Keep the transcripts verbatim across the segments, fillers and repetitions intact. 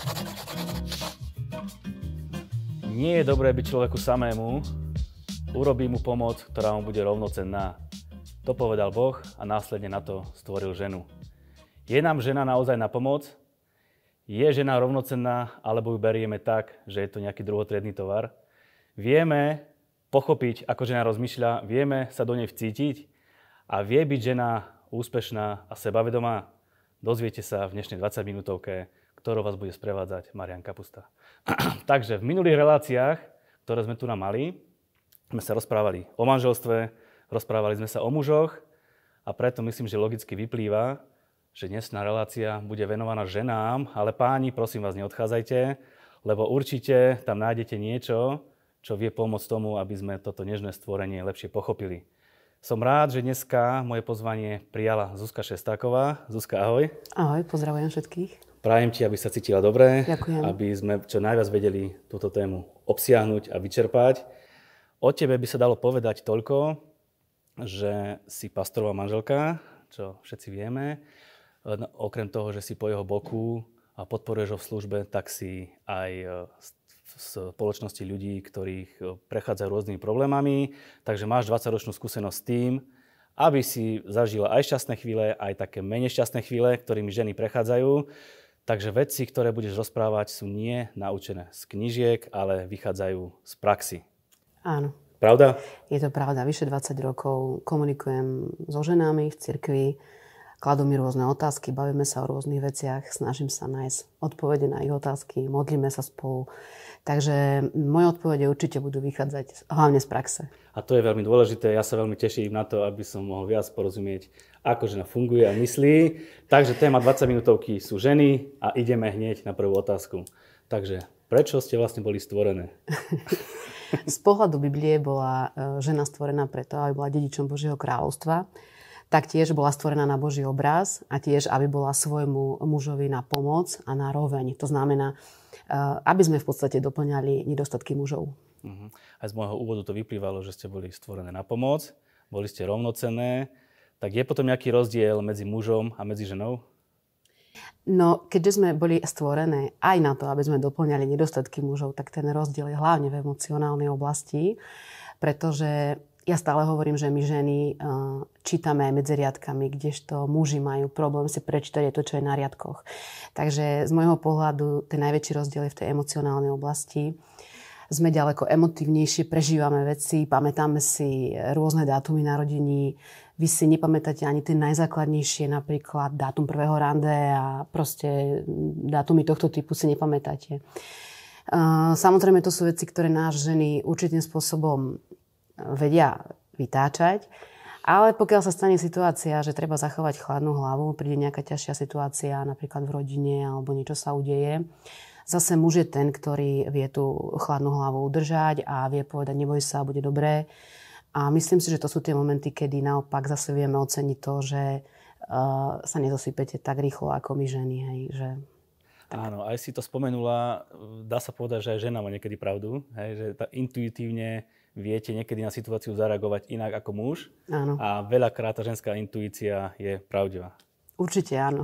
Nie je dobré byť človeku samému, urobí mu pomoc, ktorá mu bude rovnocenná. To povedal Boh a následne na to stvoril ženu. Je nám žena naozaj na pomoc? Je žena rovnocenná, alebo ju berieme tak, že je to nejaký druhotriedny tovar? Vieme pochopiť, ako žena rozmýšľa, vieme sa do nej vcítiť a vie byť žena úspešná a sebavedomá? Dozviete sa v dnešnej dvadsaťminútovke, ktorou vás bude sprevádzať Marián Kapusta. Takže v minulých reláciách, ktoré sme tu mali, sme sa rozprávali o manželstve, rozprávali sme sa o mužoch a preto myslím, že logicky vyplýva, že dnešná relácia bude venovaná ženám, ale páni, prosím vás, neodchádzajte, lebo určite tam nájdete niečo, čo vie pomôcť tomu, aby sme toto nežné stvorenie lepšie pochopili. Som rád, že dneska moje pozvanie prijala Zuzka Šestáková. Zuzka, ahoj. Ahoj, pozdravujem všetkých. Prajem ti, aby sa cítila dobre, Ďakujem. Aby sme čo najviac vedeli túto tému obsiahnuť a vyčerpať. O tebe by sa dalo povedať toľko, že si pastorová manželka, čo všetci vieme. Okrem toho, že si po jeho boku a podporuješ ho v službe, tak si aj v spoločnosti ľudí, ktorých prechádzajú rôznymi problémami. Takže máš dvadsaťročnú skúsenosť s tým, aby si zažila aj šťastné chvíle, aj také menej šťastné chvíle, ktorými ženy prechádzajú. Takže veci, ktoré budeš rozprávať, sú nie naučené z knížiek, ale vychádzajú z praxi. Áno. Pravda? Je to pravda. Vyše dvadsať rokov komunikujem so ženami v cirkvi, kladú mi rôzne otázky, bavíme sa o rôznych veciach, snažím sa nájsť odpovede na ich otázky, modlíme sa spolu. Takže moje odpovede určite budú vychádzať hlavne z praxe. A to je veľmi dôležité. Ja sa veľmi teším na to, aby som mohol viac porozumieť, ako žena funguje a myslí. Takže téma dvadsaťminútovky sú ženy a ideme hneď na prvú otázku. Takže prečo ste vlastne boli stvorené? Z pohľadu Biblie bola žena stvorená preto, aby bola dedičom Božieho kráľovstva. Taktiež bola stvorená na Boží obraz a tiež, aby bola svojmu mužovi na pomoc a na roveň. To znamená, aby sme v podstate doplňali nedostatky mužov. Uh-huh. Aj z môjho úvodu to vyplývalo, že ste boli stvorené na pomoc, boli ste rovnocenné. Tak je potom nejaký rozdiel medzi mužom a medzi ženou? No, keďže sme boli stvorené aj na to, aby sme doplňali nedostatky mužov, tak ten rozdiel je hlavne v emocionálnej oblasti, pretože ja stále hovorím, že my ženy uh, čítame aj medzi riadkami, kdežto muži majú problém si prečítať to, čo je na riadkoch. Takže z môjho pohľadu ten najväčší rozdiel je v tej emocionálnej oblasti. Sme ďaleko emotívnejšie, prežívame veci, pamätáme si rôzne dátumy narodení. Vy si nepamätáte ani tie najzákladnejšie, napríklad dátum prvého rande a proste dátumy tohto typu si nepamätáte. Uh, samozrejme, to sú veci, ktoré nás ženy určitým spôsobom vedia vytáčať, ale pokiaľ sa stane situácia, že treba zachovať chladnú hlavu, príde nejaká ťažšia situácia, napríklad v rodine alebo niečo sa udeje, zase muž je ten, ktorý vie tú chladnú hlavu udržať a vie povedať, neboj sa, bude dobré. A myslím si, že to sú tie momenty, kedy naopak zase vieme oceniť to, že uh, sa nezosypete tak rýchlo ako my ženy. Hej, že... Áno, aj si to spomenula, dá sa povedať, že aj žena má niekedy pravdu, hej, že tá intuitívne viete niekedy na situáciu zareagovať inak ako muž. Áno. A veľakrát tá ženská intuícia je pravdivá. Určite áno.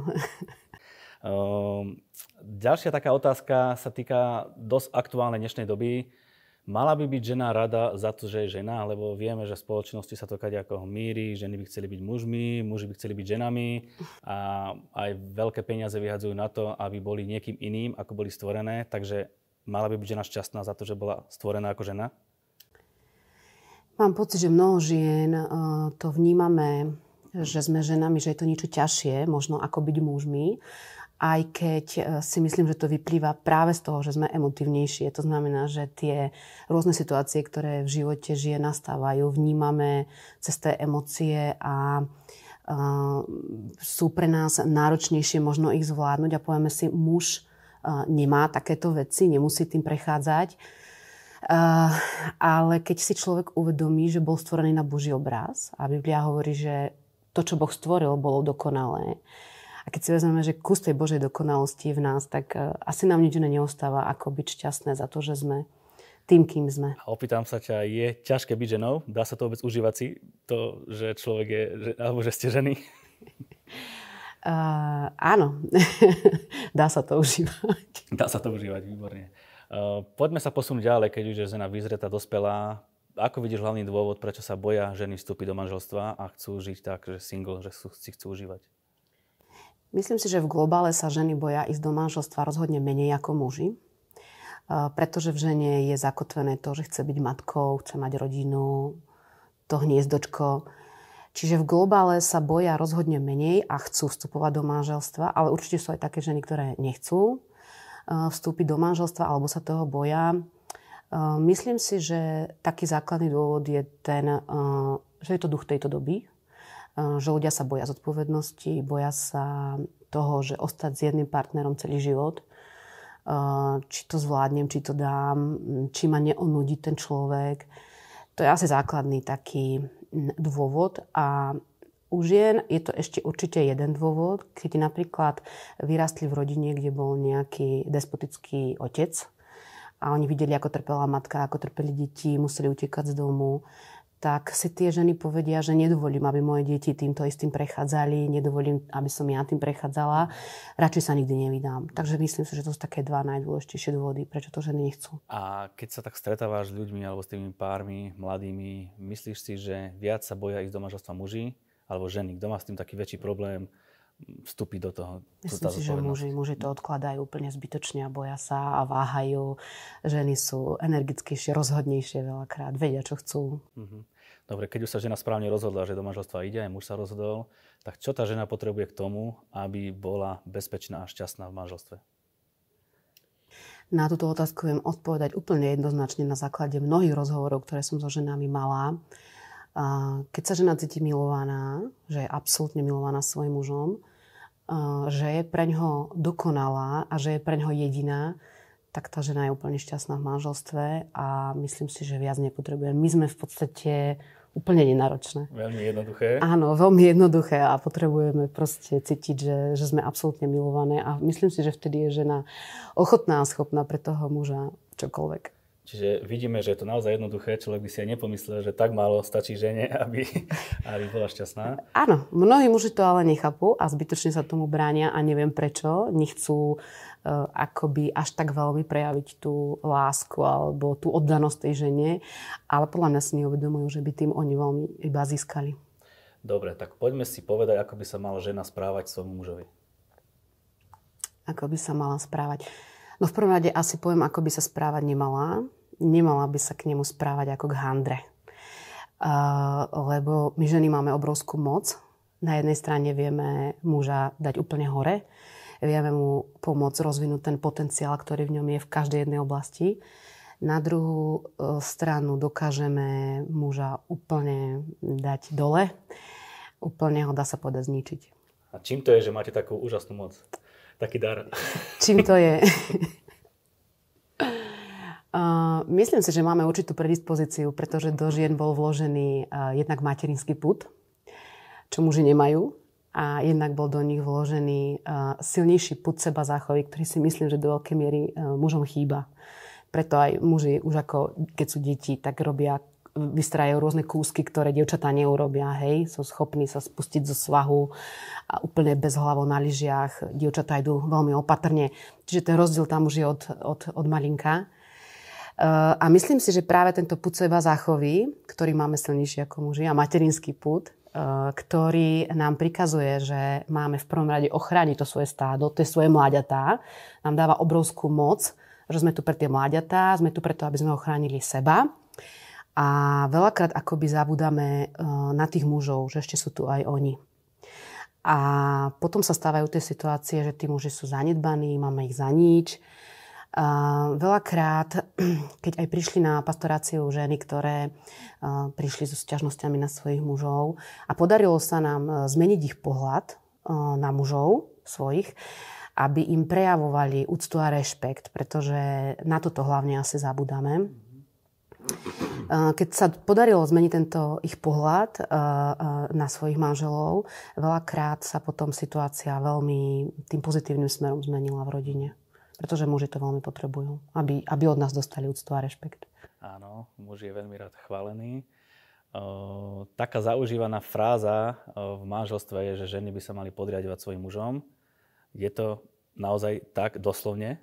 um, ďalšia taká otázka sa týka dosť aktuálnej dnešnej doby. Mala by byť žena rada za to, že je žena, lebo vieme, že v spoločnosti sa to kadejako míri, ženy by chceli byť mužmi, muži by chceli byť ženami a aj veľké peniaze vyhadzujú na to, aby boli niekým iným, ako boli stvorené. Takže mala by byť žena šťastná za to, že bola stvorená ako žena? Mám pocit, že mnoho žien to vnímame, že sme ženami, že je to niečo ťažšie, možno ako byť mužmi, aj keď si myslím, že to vyplýva práve z toho, že sme emotívnejšie. To znamená, že tie rôzne situácie, ktoré v živote žien nastávajú, vnímame cez tie emócie a sú pre nás náročnejšie možno ich zvládnuť a povieme si, muž nemá takéto veci, nemusí tým prechádzať. Uh, ale keď si človek uvedomí, že bol stvorený na Boží obraz a Biblia hovorí, že to, čo Boh stvoril, bolo dokonalé. A keď si vezmeme, že kus tej Božej dokonalosti je v nás, tak uh, asi nám nič neostáva, ako byť šťastné za to, že sme tým, kým sme. A opýtam sa ťa, je ťažké byť ženou? Dá sa to vôbec užívať si? To, že človek je, že, alebo že ste ženy? Uh, áno, dá sa to užívať. Dá sa to užívať, výborne. Uh, poďme sa posunúť ďalej, keď už je žena vyzretá, dospelá. Ako vidíš hlavný dôvod, prečo sa boja ženy vstúpiť do manželstva a chcú žiť tak, že single, že si chcú užívať? Myslím si, že v globále sa ženy boja ísť do manželstva rozhodne menej ako muži. Uh, pretože v žene je zakotvené to, že chce byť matkou, chce mať rodinu, to hniezdočko. Čiže v globále sa boja rozhodne menej a chcú vstupovať do manželstva, ale určite sú aj také ženy, ktoré nechcú vstúpiť do manželstva alebo sa toho boja. Myslím si, že taký základný dôvod je ten, že je to duch tejto doby, že ľudia sa boja zodpovednosti, boja sa toho, že ostať s jedným partnerom celý život, či to zvládnem, či to dám, či ma neonudí ten človek. To je asi základný taký dôvod a u žien je to ešte určite jeden dôvod, keď napríklad vyrastli v rodine, kde bol nejaký despotický otec a oni videli, ako trpela matka, ako trpeli deti, museli utekať z domu, tak si tie ženy povedia, že nedovolím, aby moje deti týmto istým prechádzali, nedovolím, aby som ja tým prechádzala, radšej sa nikdy nevydám. Takže myslím si, že to sú také dva najdôležitejšie dôvody, prečo to ženy nechcú. A keď sa tak stretávaš s ľuďmi alebo s tými pármi mladými, myslíš si, že viac sa boja ísť do manželstva muži alebo ženy? Kto má s tým taký väčší problém vstúpiť do toho? Myslím si, že muži, muži to odkladajú úplne zbytočne a boja sa a váhajú. Ženy sú energickejšie, rozhodnejšie veľakrát, vedia, čo chcú. Uh-huh. Dobre, keď už sa žena správne rozhodla, že do manželstva ide, aj muž sa rozhodol, tak čo tá žena potrebuje k tomu, aby bola bezpečná a šťastná v manželstve? Na túto otázku viem odpovedať úplne jednoznačne na základe mnohých rozhovorov, ktoré som so ženami mala. Keď sa žena cíti milovaná, že je absolútne milovaná svojim mužom, že je preňho dokonalá a že je preňho jediná, tak tá žena je úplne šťastná v manželstve a myslím si, že viac nepotrebuje. My sme v podstate úplne nenáročné. Veľmi jednoduché. Áno, veľmi jednoduché a potrebujeme proste cítiť, že, že sme absolútne milované a myslím si, že vtedy je žena ochotná a schopná pre toho muža čokoľvek. Čiže vidíme, že je to naozaj jednoduché. Človek by si aj nepomyslel, že tak málo stačí žene, aby, aby bola šťastná. Áno, mnohí muži to ale nechápu a zbytočne sa tomu bránia a neviem prečo. Nechcú uh, akoby až tak veľmi prejaviť tú lásku alebo tú oddanosť tej žene, ale podľa mňa si neuvedomujú, že by tým oni veľmi iba získali. Dobre, tak poďme si povedať, ako by sa mala žena správať svojmu mužovi. Ako by sa mala správať? No v prvom rade asi poviem, ako by sa správať nemala. Nemala by sa k nemu správať ako k handre. Uh, lebo my ženy máme obrovskú moc. Na jednej strane vieme muža dať úplne hore. Vieme mu pomôcť rozvinúť ten potenciál, ktorý v ňom je v každej jednej oblasti. Na druhú uh, stranu dokážeme muža úplne dať dole. Úplne ho, dá sa povedať, zničiť. A čím to je, že máte takú úžasnú moc? Taký dar. Čím to je? uh, myslím si, že máme určitú predispozíciu, pretože do žien bol vložený uh, jednak materinský pud, čo muži nemajú, a jednak bol do nich vložený uh, silnejší pud seba záchovy, ktorý si myslím, že do veľkej miery uh, mužom chýba. Preto aj muži, už ako keď sú deti, tak robia vystrájajú rôzne kúsky, ktoré dievčatá neurobia, hej. Sú schopní sa spustiť zo svahu a úplne bez hlavo na lyžiach. Dievčatá idú veľmi opatrne. Čiže ten rozdiel tam už je od, od, od malinka. Uh, a myslím si, že práve tento pud seba záchovy, ktorý máme silnejší ako muži, a materinský pud, uh, ktorý nám prikazuje, že máme v prvom rade ochrániť to svoje stádo, tie svoje mláďatá, nám dáva obrovskú moc, že sme tu pre tie mláďatá, sme tu preto, aby sme ochránili seba. A veľakrát akoby zabúdame na tých mužov, že ešte sú tu aj oni. A potom sa stávajú tie situácie, že tí muži sú zanedbaní, máme ich za nič. A veľakrát, keď aj prišli na pastoráciu ženy, ktoré prišli so sťažnosťami na svojich mužov a podarilo sa nám zmeniť ich pohľad na mužov svojich, aby im prejavovali úctu a rešpekt, pretože na toto hlavne asi zabudáme. Keď sa podarilo zmeniť tento ich pohľad na svojich manželov, veľakrát sa potom situácia veľmi tým pozitívnym smerom zmenila v rodine. Pretože muži to veľmi potrebujú, aby, aby od nás dostali úctu a rešpekt. Áno, muž je veľmi rád chválený. taká zaužívaná fráza v manželstve je, že ženy by sa mali podriadovať svojim mužom. Je to naozaj tak doslovne?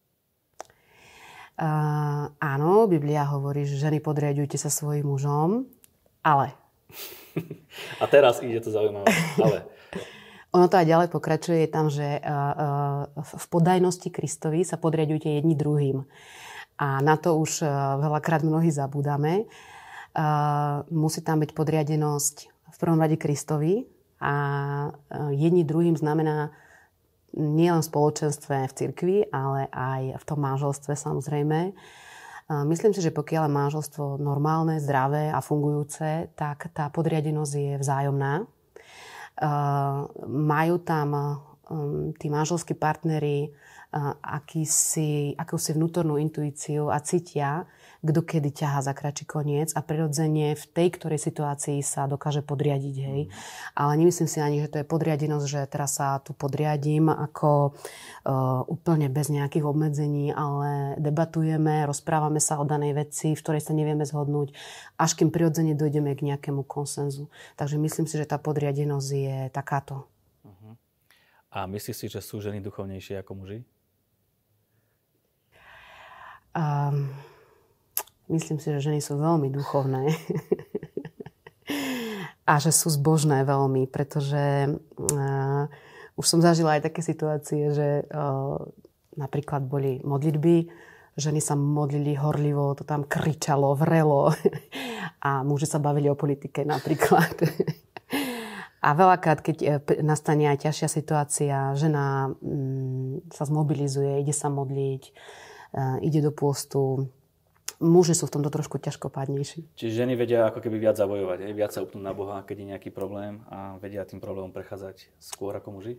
Uh, áno, Biblia hovorí, že ženy podriadujte sa svojim mužom, ale... A teraz ide to zaujímavé, ale... Ono to aj ďalej pokračuje, je tam, že uh, uh, v podajnosti Kristovi sa podriadujte jedni druhým. A na to už uh, veľakrát mnohí zabúdame. Uh, musí tam byť podriadenosť v prvom rade Kristovi a uh, jedni druhým znamená nielen v spoločenstve v cirkvi, ale aj v tom manželstve samozrejme. Uh, myslím si, že pokiaľ je manželstvo normálne, zdravé a fungujúce, tak tá podriadenosť je vzájomná. Uh, majú tam um, tí manželskí partneri uh, akýsi, akúsi vnútornú intuíciu a cítia, kto kedy ťahá za kratší koniec a prirodzene v tej ktorej situácii sa dokáže podriadiť. Hej. Mm. Ale nemyslím si ani, že to je podriadenosť, že teraz sa tu podriadím ako uh, úplne bez nejakých obmedzení, ale debatujeme, rozprávame sa o danej veci, v ktorej sa nevieme zhodnúť, až kým prirodzene dojdeme k nejakému konsenzu. Takže myslím si, že tá podriadenosť je takáto. Uh-huh. A myslíš si, že sú ženy duchovnejšie ako muži? Um, Myslím si, že ženy sú veľmi duchovné a že sú zbožné veľmi, pretože uh, už som zažila aj také situácie, že uh, napríklad boli modlitby, ženy sa modlili horlivo, to tam kričalo, vrelo a muži sa bavili o politike napríklad. A veľakrát, keď nastane aj ťažšia situácia, žena um, sa zmobilizuje, ide sa modliť, uh, ide do pôstu. Muži sú v tomto trošku ťažkopádnejší. Čiže ženy vedia ako keby viac zabojovať, hej? Viac sa upnúť na Boha, keď je nejaký problém a vedia tým problémom prechádzať skôr ako muži?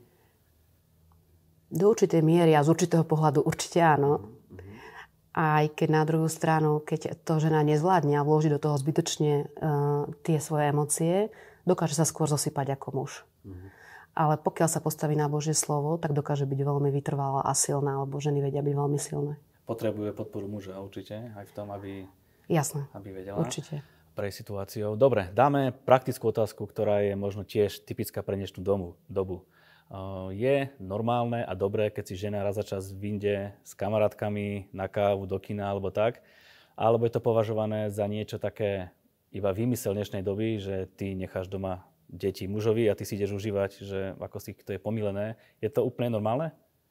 Do určitej miery a z určitého pohľadu určite áno. Mm-hmm. Aj keď na druhú stranu, keď to žena nezvládne a vloží do toho zbytočne uh, tie svoje emócie, dokáže sa skôr zosypať ako muž. Mm-hmm. Ale pokiaľ sa postaví na Božie slovo, tak dokáže byť veľmi vytrvalá a silná, lebo ženy vedia byť veľmi silné. Potrebuje podporu muža určite, aj v tom, aby, Jasné, aby vedela určite. Pre situáciou. Dobre, dáme praktickú otázku, ktorá je možno tiež typická pre dnešnú dobu, dobu. Uh, je normálne a dobré, keď si žena raz za čas vyjde s kamarátkami na kávu, do kina alebo tak, alebo je to považované za niečo také iba výmysel dnešnej doby, že ty necháš doma deti mužovi a ty si ideš užívať, že ako si to je pomilené. Je to úplne normálne?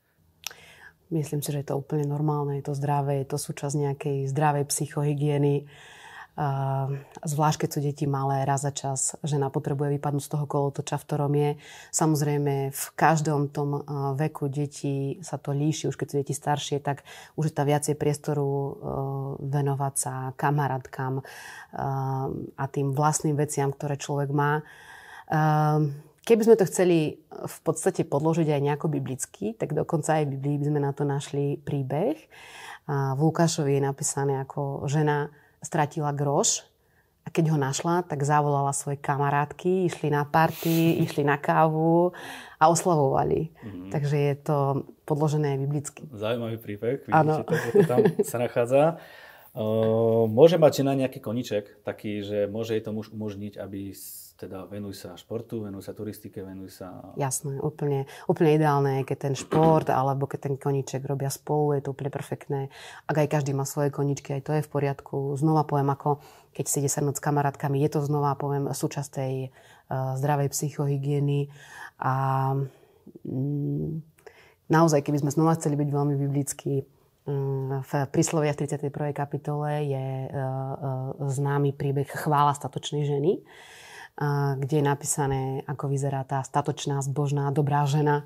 Myslím si, že je to úplne normálne, je to zdravé, je to súčasť nejakej zdravej psychohygieny. Uh, zvlášť, keď sú deti malé, raz za čas žena potrebuje vypadnúť z toho kolotoča, v ktorom je. Samozrejme, v každom tom uh, veku detí sa to líši, už keď sú deti staršie, tak už je tam viacej priestoru uh, venovať sa kamarátkam uh, a tým vlastným veciam, ktoré človek má. Uh, Keby sme to chceli v podstate podložiť aj nejako biblicky, tak dokonca aj v Biblii by sme na to našli príbeh. V Lukášovi je napísané, ako žena stratila groš a keď ho našla, tak zavolala svoje kamarátky, išli na party, išli na kávu a oslavovali. Mm-hmm. Takže je to podložené aj biblicky. Zaujímavý príbeh, vidíte to, to tam sa nachádza. Uh, môže mať žena nejaký koniček, taký, že môže jej to muž umožniť, aby teda venuj sa športu, venuj sa turistike, venuj sa... Jasné, úplne, úplne ideálne je, keď ten šport alebo keď ten koníček robia spolu, je to úplne perfektné. Ak aj každý má svoje koníčky, aj to je v poriadku. Znova poviem, ako keď si ide sadnúť s kamarátkami, je to znova, poviem, súčasť tej uh, zdravej psychohygieny. A mm, naozaj, keby sme znova chceli byť veľmi biblickí, um, v príslovia v tridsiatej prvej kapitole je uh, uh, známy príbeh Chvála statočnej ženy, kde je napísané, ako vyzerá tá statočná, zbožná, dobrá žena.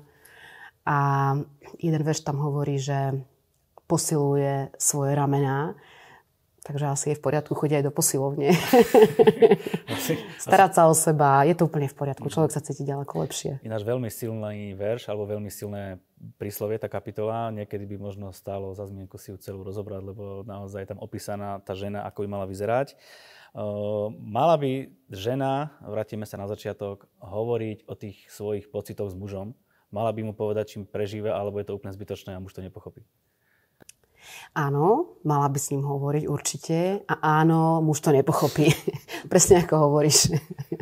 A jeden verš tam hovorí, že posiluje svoje ramená. Takže asi je v poriadku chodiť aj do posilovne. Asi, Starať asi... sa o seba, je to úplne v poriadku. Človek sa cíti ďaleko lepšie. Ináč veľmi silný verš, alebo veľmi silné príslovie, tá kapitola. Niekedy by možno stálo za zmienku si ju celú rozobrať, lebo naozaj je tam opísaná tá žena, ako by mala vyzerať. Uh, mala by žena, vrátime sa na začiatok, hovoriť o tých svojich pocitoch s mužom. Mala by mu povedať, čím prežíva, alebo je to úplne zbytočné a muž to nepochopí. Áno, mala by s ním hovoriť určite a áno, muž to nepochopí. Presne ako hovoríš.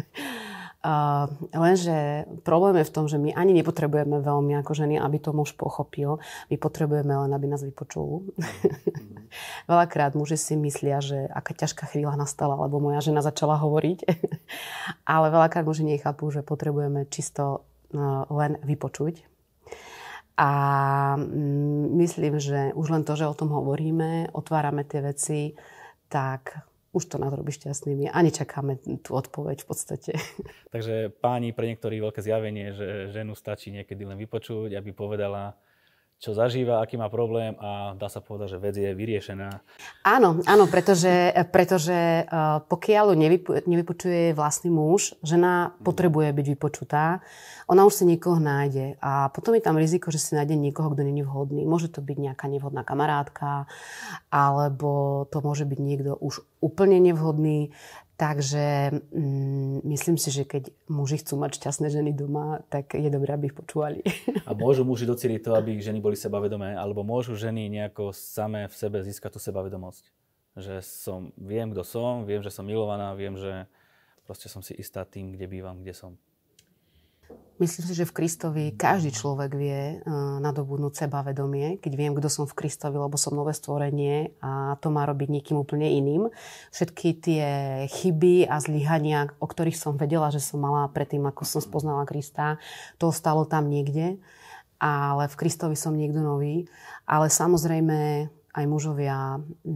Uh, lenže problém je v tom, že my ani nepotrebujeme veľmi ako ženy, aby to muž pochopil. My potrebujeme len, aby nás vypočul. Mm. Veľakrát muži si myslia, že aká ťažká chvíľa nastala, lebo moja žena začala hovoriť. Ale veľakrát muži nechápu, že potrebujeme čisto uh, len vypočuť. A mm, myslím, že už len to, že o tom hovoríme, otvárame tie veci, tak už to nás robí šťastnými a nečakáme tú odpoveď v podstate. Takže páni, pre niektorých veľké zjavenie, že ženu stačí niekedy len vypočuť, aby povedala, čo zažíva, aký má problém a dá sa povedať, že vec je vyriešená. Áno, áno, pretože, pretože pokiaľ nevypo, nevypočuje vlastný muž, žena potrebuje byť vypočutá, ona už si niekoho nájde a potom je tam riziko, že si nájde niekoho, kto nie je vhodný. Môže to byť nejaká nevhodná kamarátka, alebo to môže byť niekto už úplne nevhodný. Takže mm, myslím si, že keď muži chcú mať šťastné ženy doma, tak je dobré, aby ich počúvali. A môžu muži docieliť to, aby ich ženy boli sebavedomé? Alebo môžu ženy nejako samé v sebe získať tú sebavedomosť? Že som, viem, kto som, viem, že som milovaná, viem, že proste som si istá tým, kde bývam, kde som. Myslím si, že v Kristovi každý človek vie uh, nadobudnúť sebavedomie, keď viem, kto som v Kristovi, lebo som nové stvorenie a to má robiť niekým úplne iným. Všetky tie chyby a zlyhania, o ktorých som vedela, že som mala predtým, ako som spoznala Krista, to ostalo tam niekde, ale v Kristovi som niekto nový. Ale samozrejme aj mužovia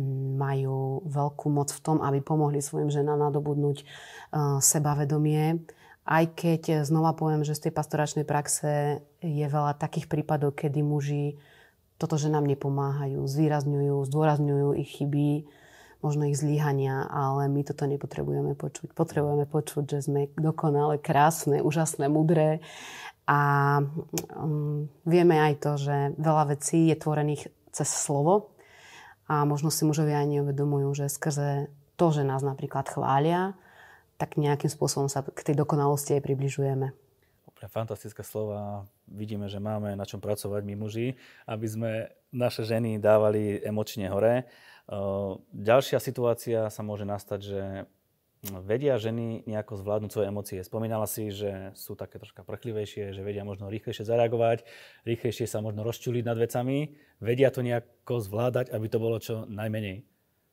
majú veľkú moc v tom, aby pomohli svojim ženám nadobudnúť uh, sebavedomie. Aj keď znova poviem, že z tej pastoračnej praxe je veľa takých prípadov, kedy muži toto ženám nepomáhajú, zvýrazňujú, zdôrazňujú ich chyby, možno ich zlyhania, ale my toto nepotrebujeme počuť. Potrebujeme počuť, že sme dokonale, krásne, úžasné, mudré a um, vieme aj to, že veľa vecí je tvorených cez slovo a možno si mužovia aj neuvedomujú, že skrze to, že nás napríklad chvália, tak nejakým spôsobom sa k tej dokonalosti aj približujeme. Úplne fantastické slova. Vidíme, že máme na čom pracovať my muži, aby sme naše ženy dávali emočne hore. Ďalšia situácia sa môže nastať, že vedia ženy nejako zvládnuť svoje emócie. Spomínala si, že sú také troška prchlivejšie, že vedia možno rýchlejšie zareagovať, rýchlejšie sa možno rozčuliť nad vecami. Vedia to nejako zvládať, aby to bolo čo najmenej?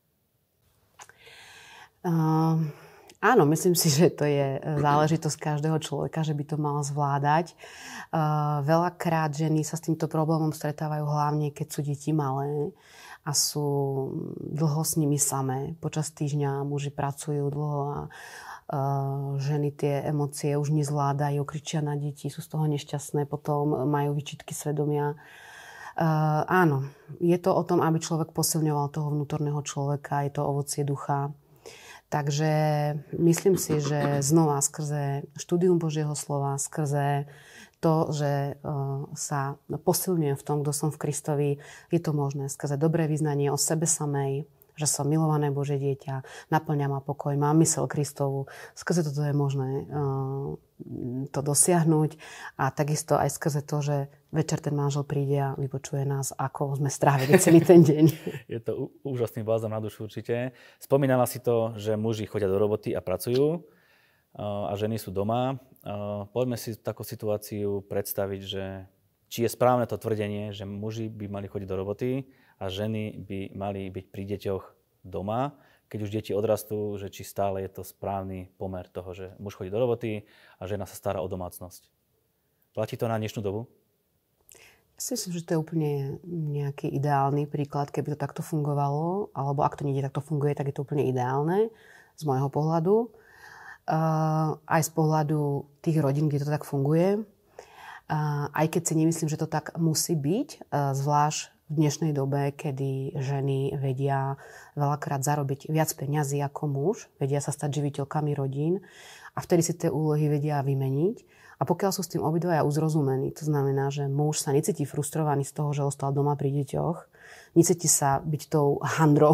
Uh... Áno, myslím si, že to je záležitosť každého človeka, že by to mal zvládať. Uh, veľakrát ženy sa s týmto problémom stretávajú hlavne, keď sú deti malé a sú dlho s nimi samé. Počas týždňa muži pracujú dlho a uh, ženy tie emócie už nezvládajú, kričia na deti, sú z toho nešťastné, potom majú výčitky svedomia. Uh, áno, je to o tom, aby človek posilňoval toho vnútorného človeka, je to ovocie ducha. Takže myslím si, že znova skrze štúdium Božieho slova, skrze to, že uh, sa posilňujem v tom, kto som v Kristovi, je to možné. Skrze dobré vyznanie o sebe samej, že som milované Božie dieťa, naplňa ma pokoj, mám mysel Kristovu. Skrze toto je možné uh, to dosiahnuť a takisto aj skrze to, že večer ten manžel príde a vypočuje nás, ako sme strávili celý ten deň. Je to úžasný bálzam na dušu určite. Spomínala si to, že muži chodia do roboty a pracujú a ženy sú doma. Poďme si takú situáciu predstaviť, že či je správne to tvrdenie, že muži by mali chodiť do roboty a ženy by mali byť pri deťoch doma, keď už deti odrastú, že či stále je to správny pomer toho, že muž chodí do roboty a žena sa stará o domácnosť. Platí to na dnešnú dobu? Ja si myslím, že to je úplne nejaký ideálny príklad, keby to takto fungovalo, alebo ak to niekde takto funguje, tak je to úplne ideálne z môjho pohľadu. Uh, aj z pohľadu tých rodín, kde to tak funguje. Uh, aj keď si nemyslím, že to tak musí byť, uh, zvlášť v dnešnej dobe, kedy ženy vedia veľakrát zarobiť viac peňazí ako muž, vedia sa stať živiteľkami rodín a vtedy si tie úlohy vedia vymeniť. A pokiaľ sú s tým obidvaja uzrozumení, to znamená, že muž sa necíti frustrovaný z toho, že ostal doma pri deťoch, necíti sa byť tou handrou,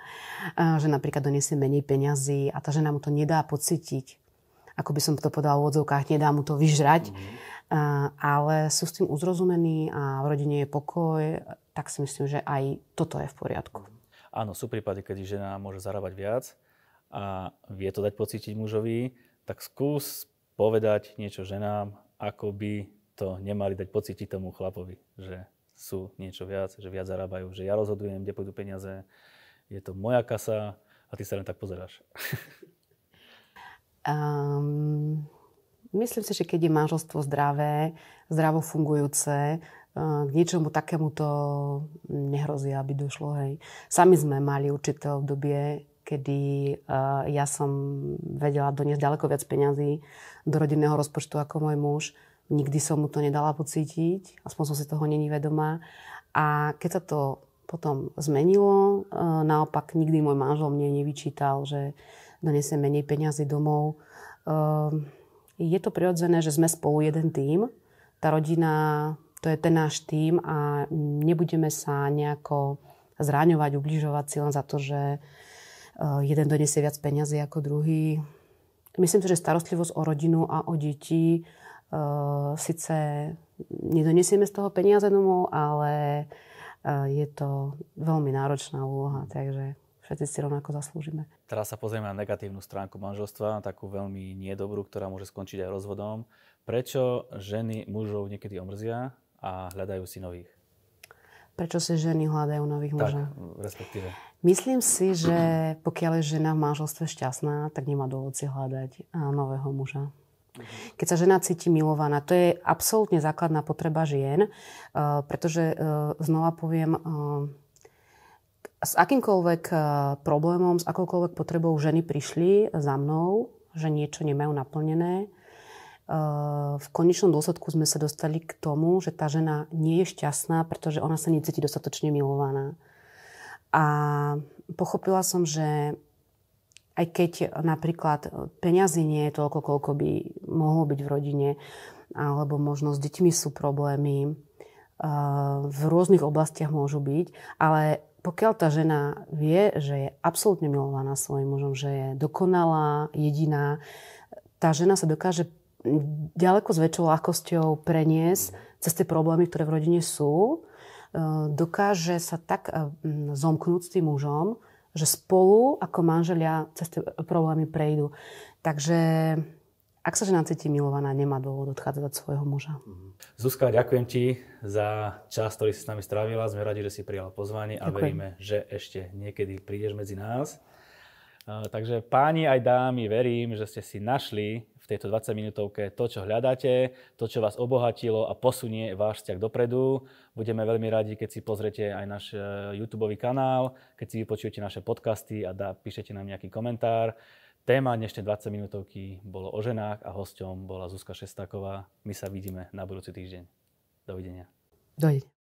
že napríklad donesie menej peňazí a tá žena mu to nedá pocítiť, ako by som to povedala v odzovkách, nedá mu to vyžrať, mm. ale sú s tým uzrozumení a v rodine je pokoj tak si myslím, že aj toto je v poriadku. Áno, sú prípady, kedy žena môže zarábať viac a vie to dať pocítiť mužovi, tak skús povedať niečo ženám, ako by to nemali dať pocítiť tomu chlapovi, že sú niečo viac, že viac zarábajú, že ja rozhodujem, kde pôjdu peniaze, je to moja kasa a ty sa len tak pozeráš. Um, myslím si, že keď je manželstvo zdravé, zdravo fungujúce, k niečomu takémuto nehrozí, aby došlo. Hej. Sami sme mali určité obdobie, kedy uh, ja som vedela doniesť ďaleko viac peňazí do rodinného rozpočtu ako môj muž. Nikdy som mu to nedala pocítiť, aspoň som si toho není vedomá. A keď sa to potom zmenilo, uh, naopak nikdy môj manžel mne nevyčítal, že donesie menej peňazí domov. Uh, je to prirodzené, že sme spolu jeden tím. Tá rodina, to je ten náš tím a nebudeme sa nejako zraňovať, ubližovať si len za to, že jeden donesie viac peňazí ako druhý. Myslím si, že starostlivosť o rodinu a o deti uh, síce nedonesieme z toho peniaze domov, ale uh, je to veľmi náročná úloha, takže všetci si rovnako zaslúžime. Teraz sa pozrieme na negatívnu stránku manželstva, takú veľmi nedobrú, ktorá môže skončiť aj rozvodom. Prečo ženy mužov niekedy omrzia a hľadajú si nových? Prečo si ženy hľadajú nových mužov? Tak, respektíve. Myslím si, že pokiaľ je žena v manželstve šťastná, tak nemá dôvod si hľadať nového muža. Keď sa žena cíti milovaná, to je absolútne základná potreba žien, pretože, znova poviem, s akýmkoľvek problémom, s akoukoľvek potrebou ženy prišli za mnou, že niečo nemajú naplnené, v konečnom dôsledku sme sa dostali k tomu, že tá žena nie je šťastná, pretože ona sa necíti dostatočne milovaná. A pochopila som, že aj keď napríklad peňazí nie je toľko, koľko by mohlo byť v rodine, alebo možno s deťmi sú problémy, v rôznych oblastiach môžu byť, ale pokiaľ tá žena vie, že je absolútne milovaná svojim mužom, že je dokonalá, jediná, tá žena sa dokáže ďaleko s väčšou ľahkosťou preniesť cez tie problémy, ktoré v rodine sú. Dokáže sa tak zomknúť s tým mužom, že spolu ako manželia cez tie problémy prejdú. Takže ak sa žena cíti milovaná, nemá dôvod odchádzať od svojho muža. Zuzka, ďakujem ti za čas, ktorý si s nami strávila. Sme radi, že si prijala pozvanie a ďakujem. Veríme, že ešte niekedy prídeš medzi nás. Takže páni aj dámy, verím, že ste si našli v tejto dvadsaťminútovke to, čo hľadáte, to, čo vás obohatilo a posunie váš vzťah dopredu. Budeme veľmi radi, keď si pozriete aj náš YouTubeový kanál, keď si vypočujete naše podcasty a dá, píšete nám nejaký komentár. Téma dnešnej dvadsaťminútovky bolo o ženách a hosťom bola Zuzka Šestáková. My sa vidíme na budúci týždeň. Dovidenia. Dovidenia.